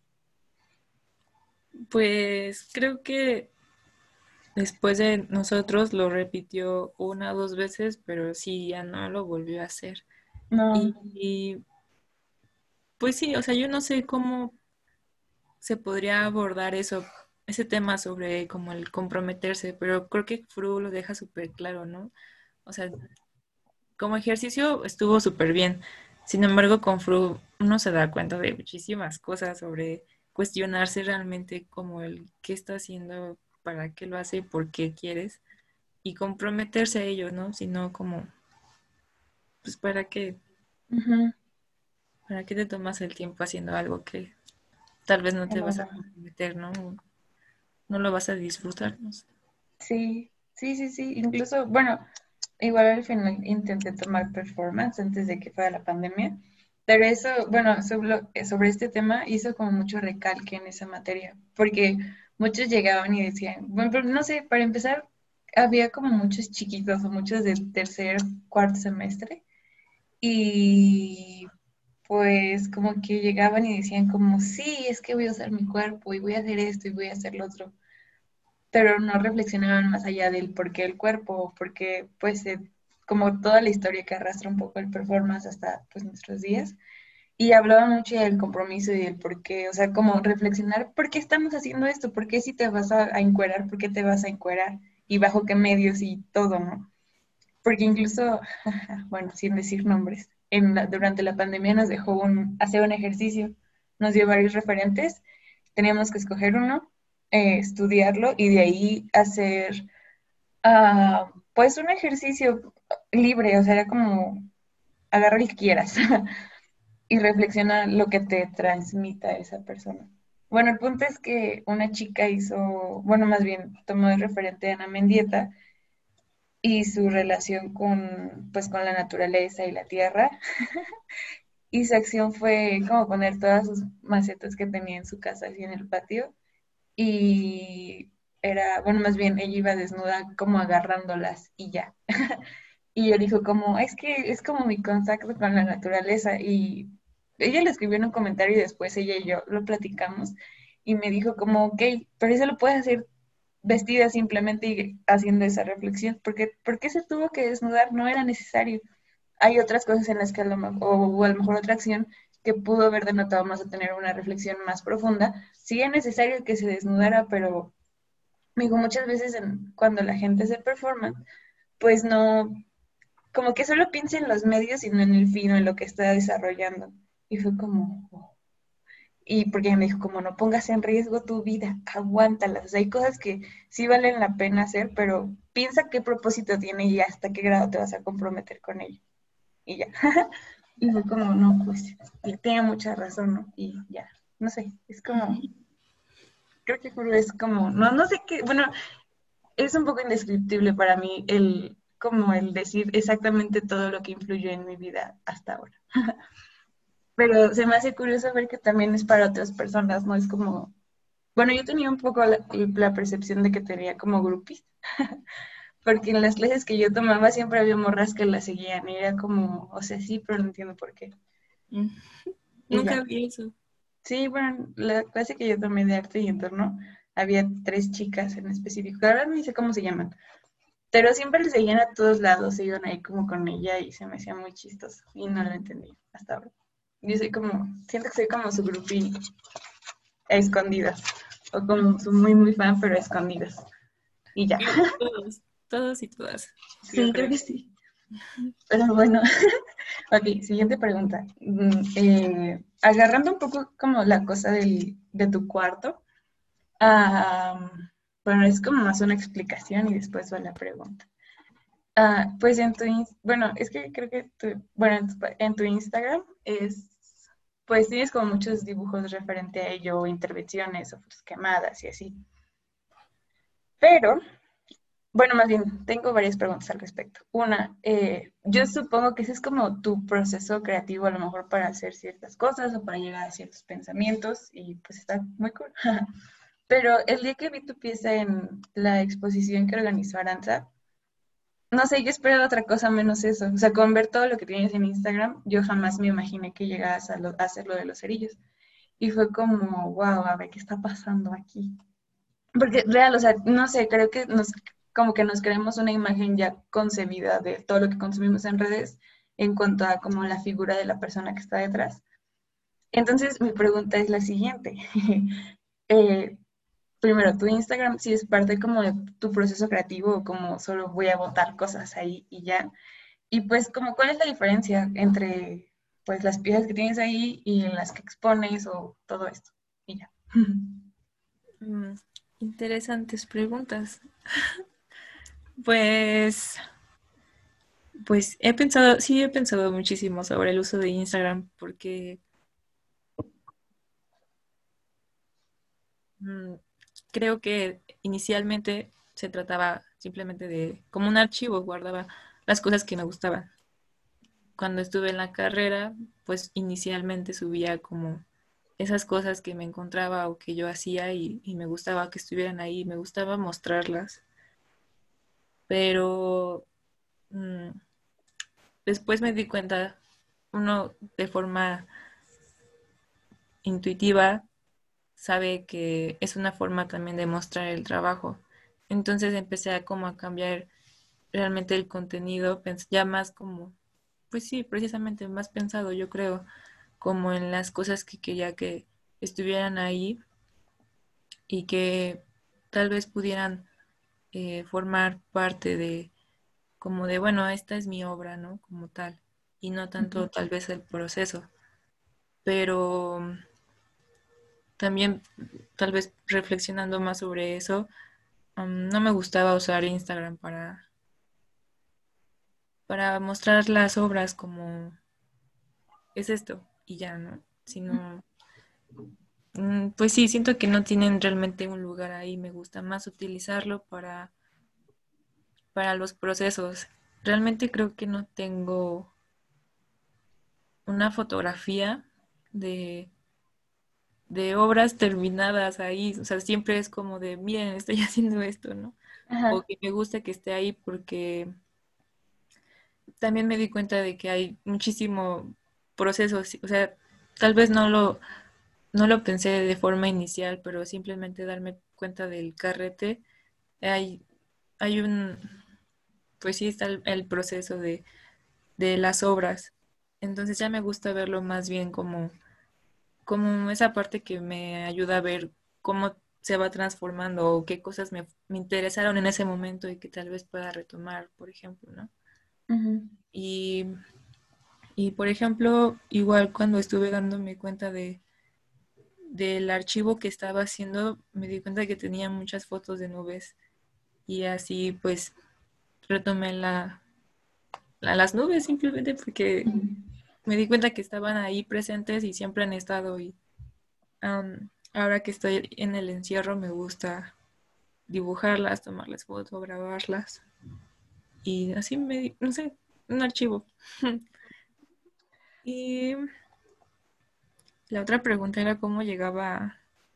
pues creo que después de nosotros lo repitió una o dos veces, pero sí, ya no lo volvió a hacer. No. Y, y, pues sí, o sea, yo no sé cómo se podría abordar eso, ese tema sobre como el comprometerse, pero creo que Fru lo deja súper claro, ¿no? O sea, como ejercicio estuvo súper bien. Sin embargo, con Fru uno se da cuenta de muchísimas cosas sobre cuestionarse realmente como el qué está haciendo, para qué lo hace y por qué quieres y comprometerse a ello, ¿no? Sino como, pues, ¿para qué? Ujú. ¿Para qué te tomas el tiempo haciendo algo que tal vez no te vas a Nada. comprometer, ¿no? No lo vas a disfrutar, no sé. Sí, sí, sí, sí. Incluso, bueno, igual al final intenté tomar performance antes de que fuera la pandemia, pero eso, bueno, sobre, sobre este tema hizo como mucho recalque en esa materia, porque muchos llegaban y decían, bueno, pero no sé, para empezar, había como muchos chiquitos o muchos de tercer, cuarto semestre, y pues como que llegaban y decían como, sí, es que voy a usar mi cuerpo y voy a hacer esto y voy a hacer lo otro, pero no reflexionaban más allá del por qué el cuerpo, porque pues eh, como toda la historia que arrastra un poco el performance hasta pues nuestros días, y hablaba mucho del compromiso y del por qué, o sea, como reflexionar, ¿por qué estamos haciendo esto? ¿Por qué si te vas a, a encuerar? ¿Por qué te vas a encuerar? Y bajo qué medios y todo, ¿no? Porque incluso, bueno, sin decir nombres, en la- durante la pandemia nos dejó un, hacer un ejercicio, nos dio varios referentes, teníamos que escoger uno, eh, estudiarlo y de ahí hacer, ah, pues, un ejercicio libre, o sea, era como agarra el que quieras y reflexiona lo que te transmita esa persona. Bueno, el punto es que una chica hizo, bueno, más bien tomó el referente de Ana Mendieta y su relación con, pues, con la naturaleza y la tierra. Y su acción fue como poner todas sus macetas que tenía en su casa así en el patio. Y era, bueno, más bien ella iba desnuda como agarrándolas y ya. Y yo dijo como, es que es como mi contacto con la naturaleza. Y ella le escribió en un comentario y después ella y yo lo platicamos. Y me dijo como, ok, pero eso lo puedes hacer vestida simplemente y haciendo esa reflexión. Porque, ¿por qué se tuvo que desnudar? No era necesario. Hay otras cosas en las que a lo mejor, o a lo mejor otra acción que pudo haber denotado más a tener una reflexión más profunda. Sí es necesario que se desnudara, pero me dijo muchas veces en- cuando la gente hace performance, pues no, como que solo piensa en los medios y no en el fin o en lo que está desarrollando. Y fue como, oh. Y porque me dijo, como no pongas en riesgo tu vida, aguántalas. O sea, hay cosas que sí valen la pena hacer, pero piensa qué propósito tiene y hasta qué grado te vas a comprometer con ello. Y ya. Y fue como, no, pues, tiene mucha razón, ¿no? Y ya, no sé, es como, creo que Kuro es como, no, no sé qué, bueno, es un poco indescriptible para mí el, como el decir exactamente todo lo que influyó en mi vida hasta ahora. Pero se me hace curioso ver que también es para otras personas, ¿no? Es como, bueno, yo tenía un poco la, la percepción de que tenía como groupies, porque en las clases que yo tomaba siempre había morras que la seguían y era como, o sea, sí, pero no entiendo por qué. Mm, Y Nunca ya. vi eso. Sí, bueno, la clase que yo tomé de arte y entorno, había tres chicas en específico, la verdad no sé cómo se llaman, pero siempre les seguían a todos lados, se iban ahí como con ella y se me hacía muy chistoso y no lo entendí hasta ahora. Yo soy como, siento que soy como su grupín a escondidas, o como su muy muy fan, pero a escondidas. Y ya. Sí, todos, todos y todas, yo Sí, creo creo. que sí. Pero bueno, ok, siguiente pregunta. Mm, eh, agarrando un poco como la cosa del, de tu cuarto, ah, bueno, es como más una explicación y después va la pregunta. Ah, pues en tu, ins- bueno, es que creo que tu, bueno, en tu, pa- en tu Instagram es, pues tienes como muchos dibujos referente a ello, intervenciones o fotos quemadas y así. Pero, bueno, más bien, tengo varias preguntas al respecto. Una, eh, yo supongo que ese es como tu proceso creativo a lo mejor para hacer ciertas cosas o para llegar a ciertos pensamientos y pues está muy cool. Pero el día que vi tu pieza en la exposición que organizó Aranza, no sé, yo esperaba otra cosa menos eso. O sea, con ver todo lo que tienes en Instagram, yo jamás me imaginé que llegaras a, lo- a hacer lo de los cerillos. Y fue como, wow, a ver qué está pasando aquí. Porque real, o sea, no sé, creo que nos, como que nos creemos una imagen ya concebida de todo lo que consumimos en redes en cuanto a como la figura de la persona que está detrás. Entonces, mi pregunta es la siguiente. Eh, primero, ¿tu Instagram sí es parte como de tu proceso creativo o como solo voy a botar cosas ahí y ya? Y pues, como, ¿cuál es la diferencia entre pues las piezas que tienes ahí y las que expones o todo esto? Y ya. Mm, Interesantes preguntas. Pues, pues he pensado, sí he pensado muchísimo sobre el uso de Instagram porque mm, creo que inicialmente se trataba simplemente de como un archivo, guardaba las cosas que me gustaban. Cuando estuve en la carrera, pues inicialmente subía como esas cosas que me encontraba o que yo hacía y, y me gustaba que estuvieran ahí, me gustaba mostrarlas, pero mm, después me di cuenta, uno de forma intuitiva sabe que es una forma también de mostrar el trabajo. Entonces empecé a como a cambiar realmente el contenido, pens- ya más como, pues sí, precisamente más pensado, yo creo, como en las cosas que quería que estuvieran ahí y que tal vez pudieran eh, formar parte de, como de, bueno, esta es mi obra, ¿no? Como tal, y no tanto tal vez el proceso, pero mm, también tal vez reflexionando más sobre eso, um, no me gustaba usar Instagram para, para mostrar las obras como es esto y ya, ¿no? Sino, mm, pues sí, siento que no tienen realmente un lugar ahí, me gusta más utilizarlo para, para los procesos. Realmente creo que no tengo una fotografía de, de obras terminadas ahí, o sea, siempre es como de, miren, estoy haciendo esto, ¿no? O Ajá. que me gusta que esté ahí porque también me di cuenta de que hay muchísimo proceso, sí, o sea, tal vez no lo, no lo pensé de forma inicial, pero simplemente darme cuenta del carrete, hay, hay un, pues sí está el, el proceso de, de las obras. Entonces ya me gusta verlo más bien como, como esa parte que me ayuda a ver cómo se va transformando o qué cosas me, me interesaron en ese momento y que tal vez pueda retomar, por ejemplo, ¿no? Ujú. Y, y por ejemplo, igual cuando estuve dándome cuenta de, del archivo que estaba haciendo, me di cuenta que tenía muchas fotos de nubes y así pues retomé la, la- las nubes simplemente porque Ujú. me di cuenta que estaban ahí presentes y siempre han estado y um, ahora que estoy en el encierro me gusta dibujarlas, tomarles fotos, grabarlas y así me, no sé, un archivo. Y la otra pregunta era cómo llegaba,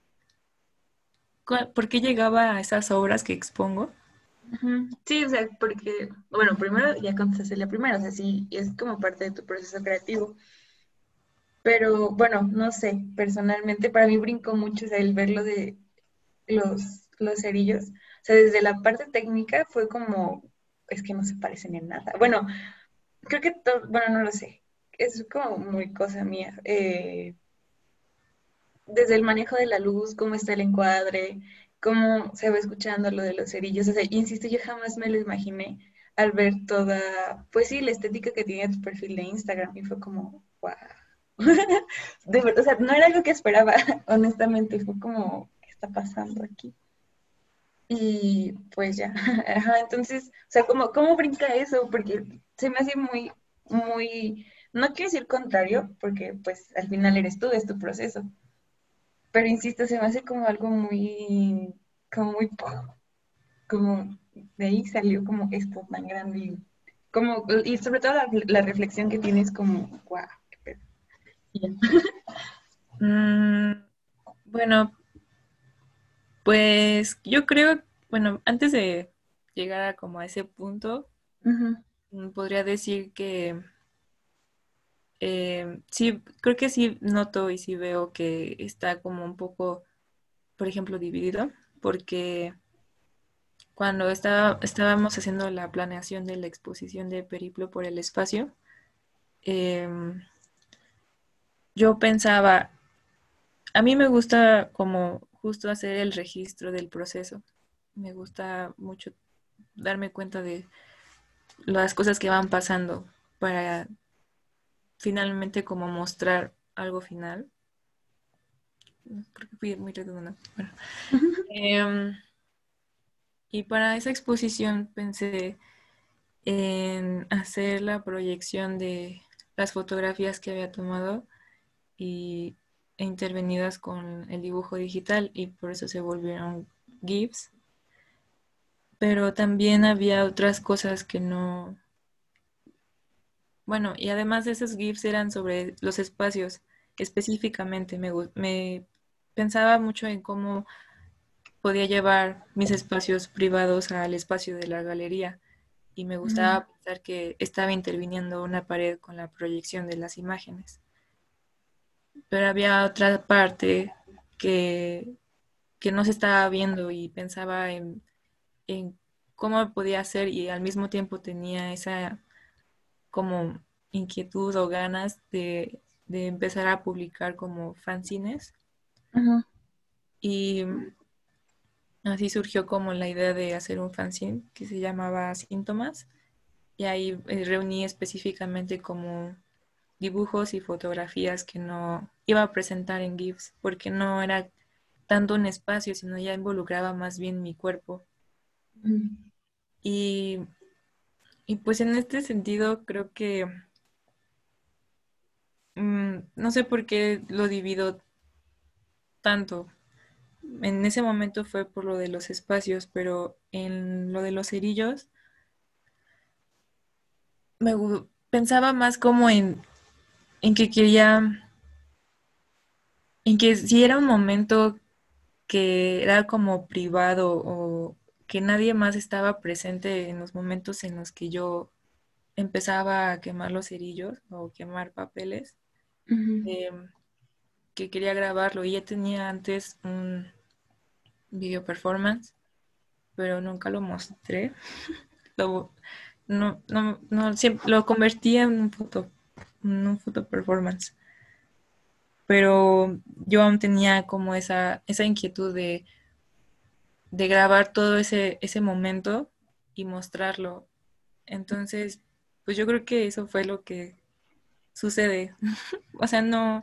cuál- por qué llegaba a esas obras que expongo. Ujú. Sí, o sea, porque, bueno, primero ya contestaste la primera, o sea, sí, es como parte de tu proceso creativo, pero bueno, no sé, personalmente para mí brincó mucho, o sea, el verlo de los, los cerillos, o sea, desde la parte técnica fue como, es que no se parecen en nada. Bueno, creo que, to- bueno, no lo sé, es como muy cosa mía. Eh, desde el manejo de la luz, cómo está el encuadre, cómo se va escuchando lo de los cerillos. O sea, insisto, yo jamás me lo imaginé al ver toda, pues sí, la estética que tiene tu perfil de Instagram y fue como, wow. De verdad, o sea, no era algo que esperaba, honestamente, fue como, ¿qué está pasando aquí? Y pues ya, ajá, entonces, o sea, ¿cómo, cómo brinca eso? Porque se me hace muy, muy, no quiero decir contrario, porque pues al final eres tú, es tu proceso, pero insisto, se me hace como algo muy, como muy, como de ahí salió como esto tan grande y, como, y sobre todo la, la reflexión que tienes como, wow, qué pedo. Y ya. Mm, bueno, pues yo creo, bueno, antes de llegar a como a ese punto, Ujú, mm, podría decir que eh, sí, creo que sí noto y sí veo que está como un poco, por ejemplo, dividido, porque cuando estaba, estábamos haciendo la planeación de la exposición de Periplo por el espacio, em, yo pensaba, a mí me gusta como justo hacer el registro del proceso. Me gusta mucho darme cuenta de las cosas que van pasando para finalmente como mostrar algo final. Creo que fui muy redundante. Bueno, ujú, em, y para esa exposición pensé en hacer la proyección de las fotografías que había tomado y e intervenidas con el dibujo digital y por eso se volvieron GIFs. Pero también había otras cosas que no, bueno, y además de esos GIFs eran sobre los espacios específicamente. Me, gu- me pensaba mucho en cómo podía llevar mis espacios privados al espacio de la galería y me ujú, gustaba pensar que estaba interviniendo una pared con la proyección de las imágenes. Pero había otra parte que, que no se estaba viendo y pensaba en, en cómo podía hacer y al mismo tiempo tenía esa como inquietud o ganas de de empezar a publicar como fanzines. Ajá. Y así surgió como la idea de hacer un fanzine que se llamaba Síntomas. Y ahí eh, reuní específicamente como dibujos y fotografías que no iba a presentar en GIFs, porque no era tanto un espacio, sino ya involucraba más bien mi cuerpo. Mm. Y, y pues en este sentido creo que mm, no sé por qué lo divido tanto. En ese momento fue por lo de los espacios, pero en lo de los cerillos me gu- pensaba más como en, en que quería, en que si era un momento que era como privado o que nadie más estaba presente en los momentos en los que yo empezaba a quemar los cerillos o quemar papeles, Ujú. em, que quería grabarlo. Y ya tenía antes un video performance, pero nunca lo mostré. Lo, no, no, no, siempre lo convertí en un foto, en un foto performance. Pero yo aún tenía como esa, esa inquietud de, de grabar todo ese, ese momento y mostrarlo. Entonces, pues yo creo que eso fue lo que sucede. O sea, no,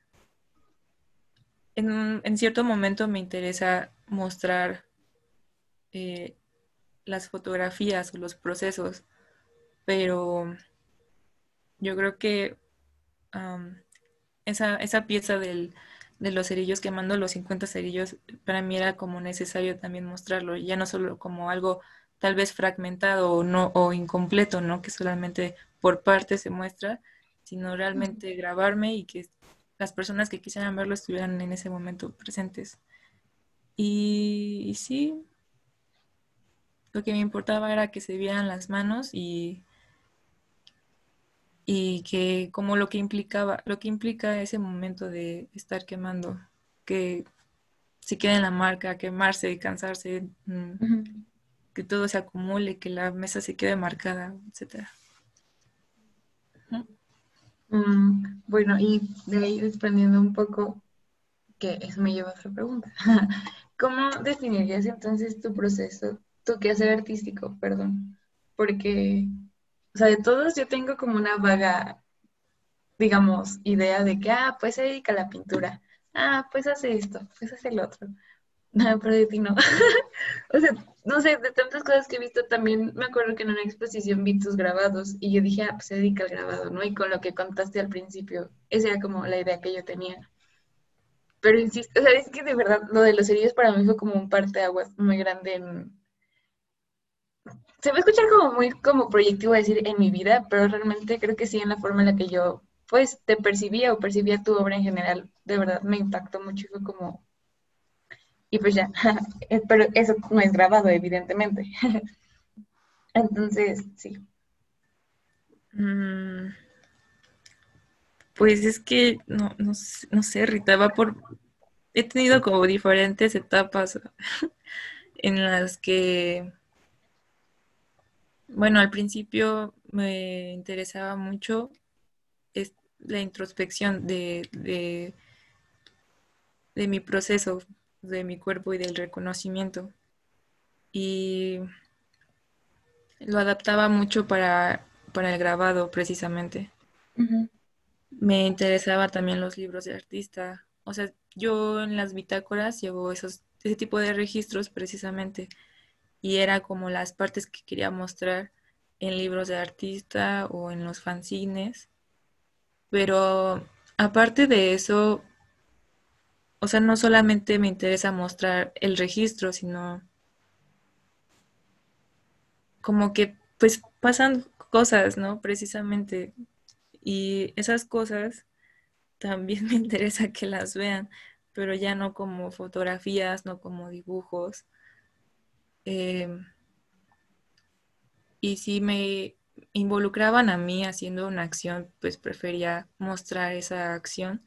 en, un- en cierto momento me interesa mostrar eh, las fotografías o los procesos, pero yo creo que am, esa, esa pieza del, de los cerillos, quemando los cincuenta cerillos, para mí era como necesario también mostrarlo, ya no solo como algo tal vez fragmentado o no o incompleto, ¿no? Que solamente por parte se muestra, sino realmente grabarme y que las personas que quisieran verlo estuvieran en ese momento presentes. Y, y sí, lo que me importaba era que se vieran las manos y, y que como lo que implicaba, lo que implica ese momento de estar quemando, que se quede en la marca, quemarse, cansarse, mm, Ujú. que todo se acumule, que la mesa se quede marcada, etcétera. Ujú. Mm, bueno, y de ahí desprendiendo un poco, que eso me lleva a otra pregunta. ¿Cómo definirías entonces tu proceso, tu quehacer artístico, perdón? Porque, o sea, de todos yo tengo como una vaga, digamos, idea de que, ah, pues se dedica a la pintura, ah, pues hace esto, pues hace el otro. No, pero de ti no. O sea, no sé, de tantas cosas que he visto también, me acuerdo que en una exposición vi tus grabados y yo dije, ah, pues se dedica al grabado, ¿no? Y con lo que contaste al principio, esa era como la idea que yo tenía. Pero insisto, o sea, es que de verdad lo de los cerillos para mí fue como un parteaguas muy grande en... Se va a escuchar como muy como proyectivo decir en mi vida, pero realmente creo que sí en la forma en la que yo pues te percibía o percibía tu obra en general, de verdad me impactó mucho y fue como... Y pues ya, eh, pero eso no es grabado, evidentemente. Entonces, sí. Mm, pues es que no, no, sé- no sé, Rita, va por... He tenido como diferentes etapas en las que, bueno, al principio me interesaba mucho es la introspección de, de, de mi proceso, de mi cuerpo y del reconocimiento. Y lo adaptaba mucho para, para el grabado, precisamente. Ujú. Me interesaba también los libros de artista. O sea, yo en las bitácoras llevo esos, ese tipo de registros precisamente. Y era como las partes que quería mostrar en libros de artista o en los fanzines. Pero aparte de eso, o sea, no solamente me interesa mostrar el registro, sino como que pues pasan cosas, ¿no? Precisamente. Y esas cosas también me interesa que las vean, pero ya no como fotografías, no como dibujos. Eh, y si me involucraban a mí haciendo una acción, pues prefería mostrar esa acción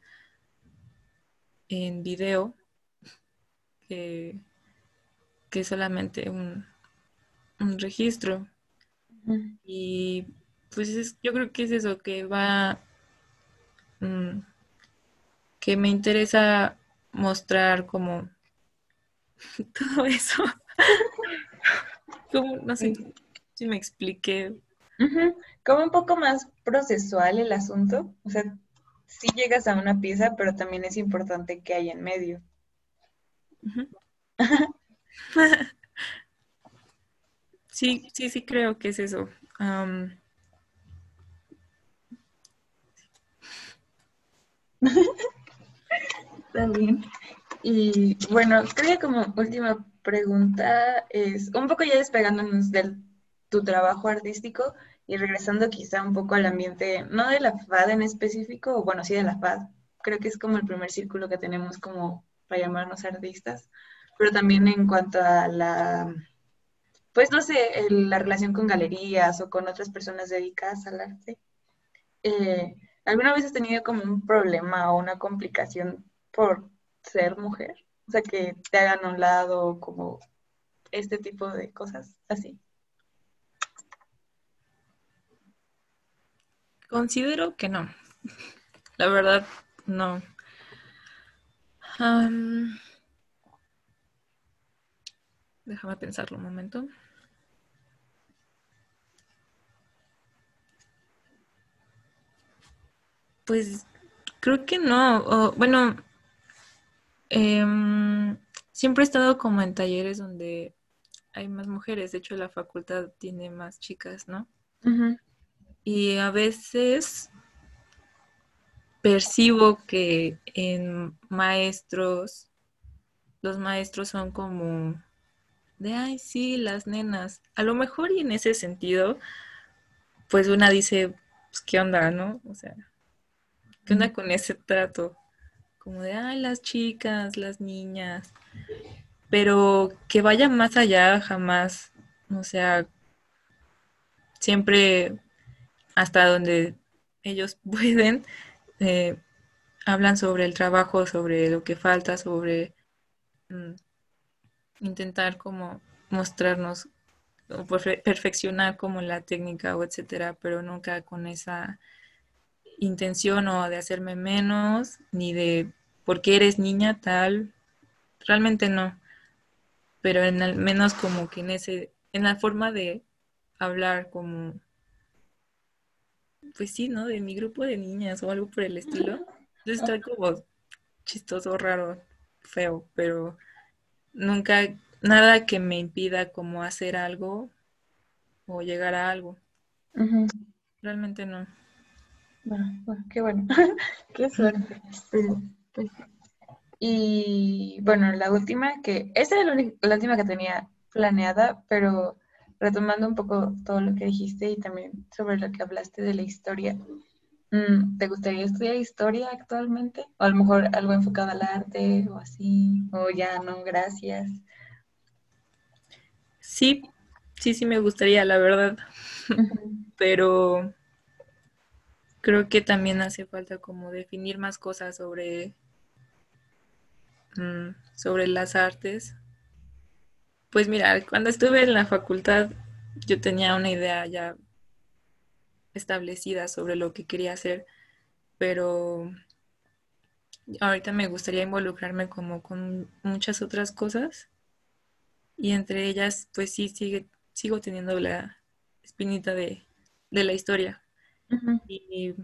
en video que, que solamente un, un registro. Ujú. Y pues es- yo creo que es eso, que va, mm, que me interesa mostrar como todo eso. Como, no sé Sí. si me expliqué. Ujú. Como un poco más procesual el asunto. O sea, sí llegas a una pieza, pero también es importante que haya en medio. Ujú. Sí, sí, sí creo que es eso. Am, Está bien. Y bueno, creo que como última pregunta es un poco ya despegándonos de tu trabajo artístico y regresando quizá un poco al ambiente, no de la F A D en específico, o bueno, sí de la F A D. Creo que es como el primer círculo que tenemos como para llamarnos artistas, pero también en cuanto a la, pues no sé, el- la relación con galerías o con otras personas dedicadas al arte. Eh, ¿Alguna vez has tenido como un problema o una complicación por ser mujer? O sea, que te hagan a un lado, como este tipo de cosas así. considero que no. La verdad, no. Am, déjame pensarlo un momento. Pues creo que no. O, bueno, em, siempre he estado como en talleres donde hay más mujeres. De hecho, la facultad tiene más chicas, ¿no? Ujú, Y a veces percibo que en maestros, los maestros son como de, ay, sí, las nenas. A lo mejor y en ese sentido, pues una dice, pues, ¿qué onda, no? O sea, ¿qué ujú, onda con ese trato? Como de, ay, las chicas, las niñas. Pero que vaya más allá, jamás. O sea, siempre hasta donde ellos pueden, eh, hablan sobre el trabajo, sobre lo que falta, sobre mm, intentar como mostrarnos o perfe- perfeccionar como la técnica o etcétera, pero nunca con esa intención o de hacerme menos, ni de porque eres niña tal, realmente no, pero en al menos como que en ese, en la forma de hablar como, pues sí, ¿no? De mi grupo de niñas o algo por el estilo. Entonces está como chistoso, raro, feo, pero nunca, nada que me impida como hacer algo o llegar a algo. ujú. Realmente no. Bueno, bueno, qué bueno. Qué suerte. Pero, pues, sí. Y bueno, la última que, esa era la, uni- la última que tenía planeada, pero retomando un poco todo lo que dijiste y también sobre lo que hablaste de la historia. Mm, ¿te gustaría estudiar historia actualmente? O a lo mejor algo enfocado al arte o así, o ya no, gracias. Sí, sí, sí me gustaría, la verdad, Ujú, pero creo que también hace falta como definir más cosas sobre, mm, sobre las artes. Pues mira, cuando estuve en la facultad yo tenía una idea ya establecida sobre lo que quería hacer, pero ahorita me gustaría involucrarme como con muchas otras cosas y entre ellas pues sí sigue, sigo teniendo la espinita de, de la historia ujú. y,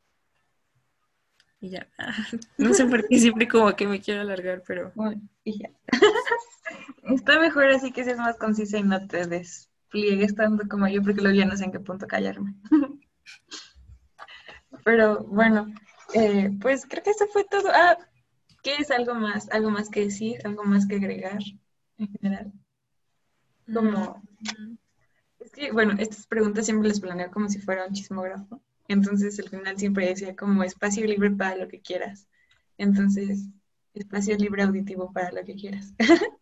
y ya, no sé por qué siempre como que me quiero alargar, pero Bueno, y ya. Está mejor así que seas más concisa y no te despliegues tanto como yo, porque luego ya no sé en qué punto callarme. Pero bueno, eh, pues creo que eso fue todo. Ah, ¿qué es algo más? ¿Algo más que decir? ¿Algo más que agregar en general? mm, Como, es que, bueno, estas preguntas siempre las planeo como si fuera un chismógrafo. Entonces, al final siempre decía como espacio libre para lo que quieras. Entonces, espacio libre auditivo para lo que quieras.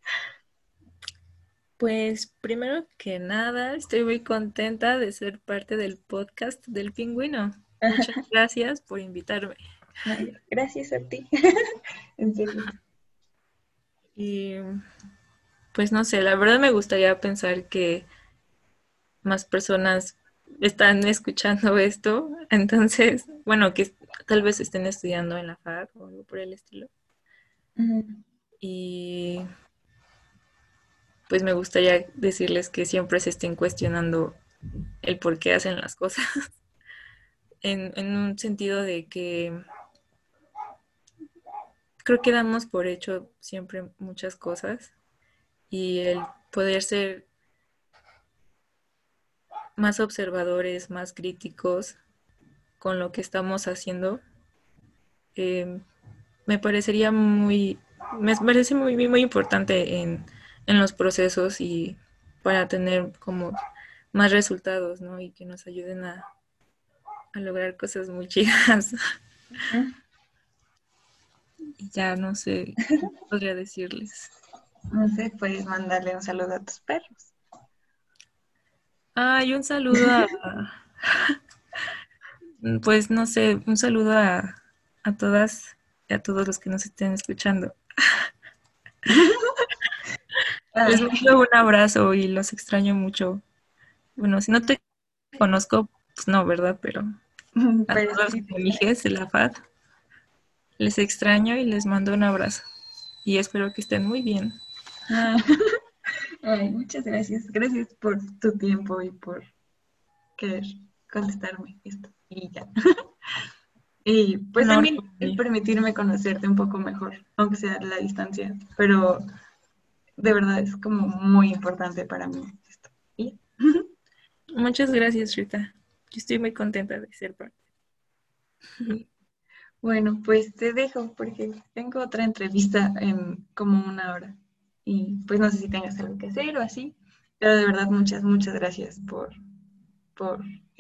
pues primero que nada, estoy muy contenta de ser parte del podcast del pingüino. Muchas gracias por invitarme. No, ya, gracias a ti. En serio. Y pues no sé, la verdad me gustaría pensar que más personas están escuchando esto. Entonces, bueno, que tal vez estén estudiando en la F A D o algo por el estilo. Ujú. Y pues me gustaría decirles que siempre se estén cuestionando el por qué hacen las cosas, en, en un sentido de que creo que damos por hecho siempre muchas cosas y el poder ser más observadores, más críticos con lo que estamos haciendo, eh, me parecería muy, me parece muy, muy importante en, en los procesos y para tener como más resultados, ¿no? Y que nos ayuden a, a lograr cosas muy chidas. Ujú. Y ya no sé qué podría decirles. No sé, puedes mandarle un saludo a tus perros. Ah, y un saludo a, pues no sé, un saludo a, a todas y a todos los que nos estén escuchando. Les Ay, mando un abrazo y los extraño mucho. Bueno, si no te conozco, pues no, ¿verdad? Pero a pero todos sí los te amigues de la F A D les extraño y les mando un abrazo. Y espero que estén muy bien. extraño. Ay, muchas gracias. Gracias por tu tiempo y por querer contestarme esto. Y ya. Y pues Un honor también para el mí. permitirme conocerte un poco mejor, aunque sea a la distancia. Pero de verdad es como muy importante para mí esto. Y ya. Muchas gracias, Rita. Yo estoy muy contenta de ser parte. Y bueno, pues te dejo porque tengo otra entrevista en como una hora. Y pues no sé si tengas algo que hacer o así. Pero de verdad muchas, muchas gracias por, por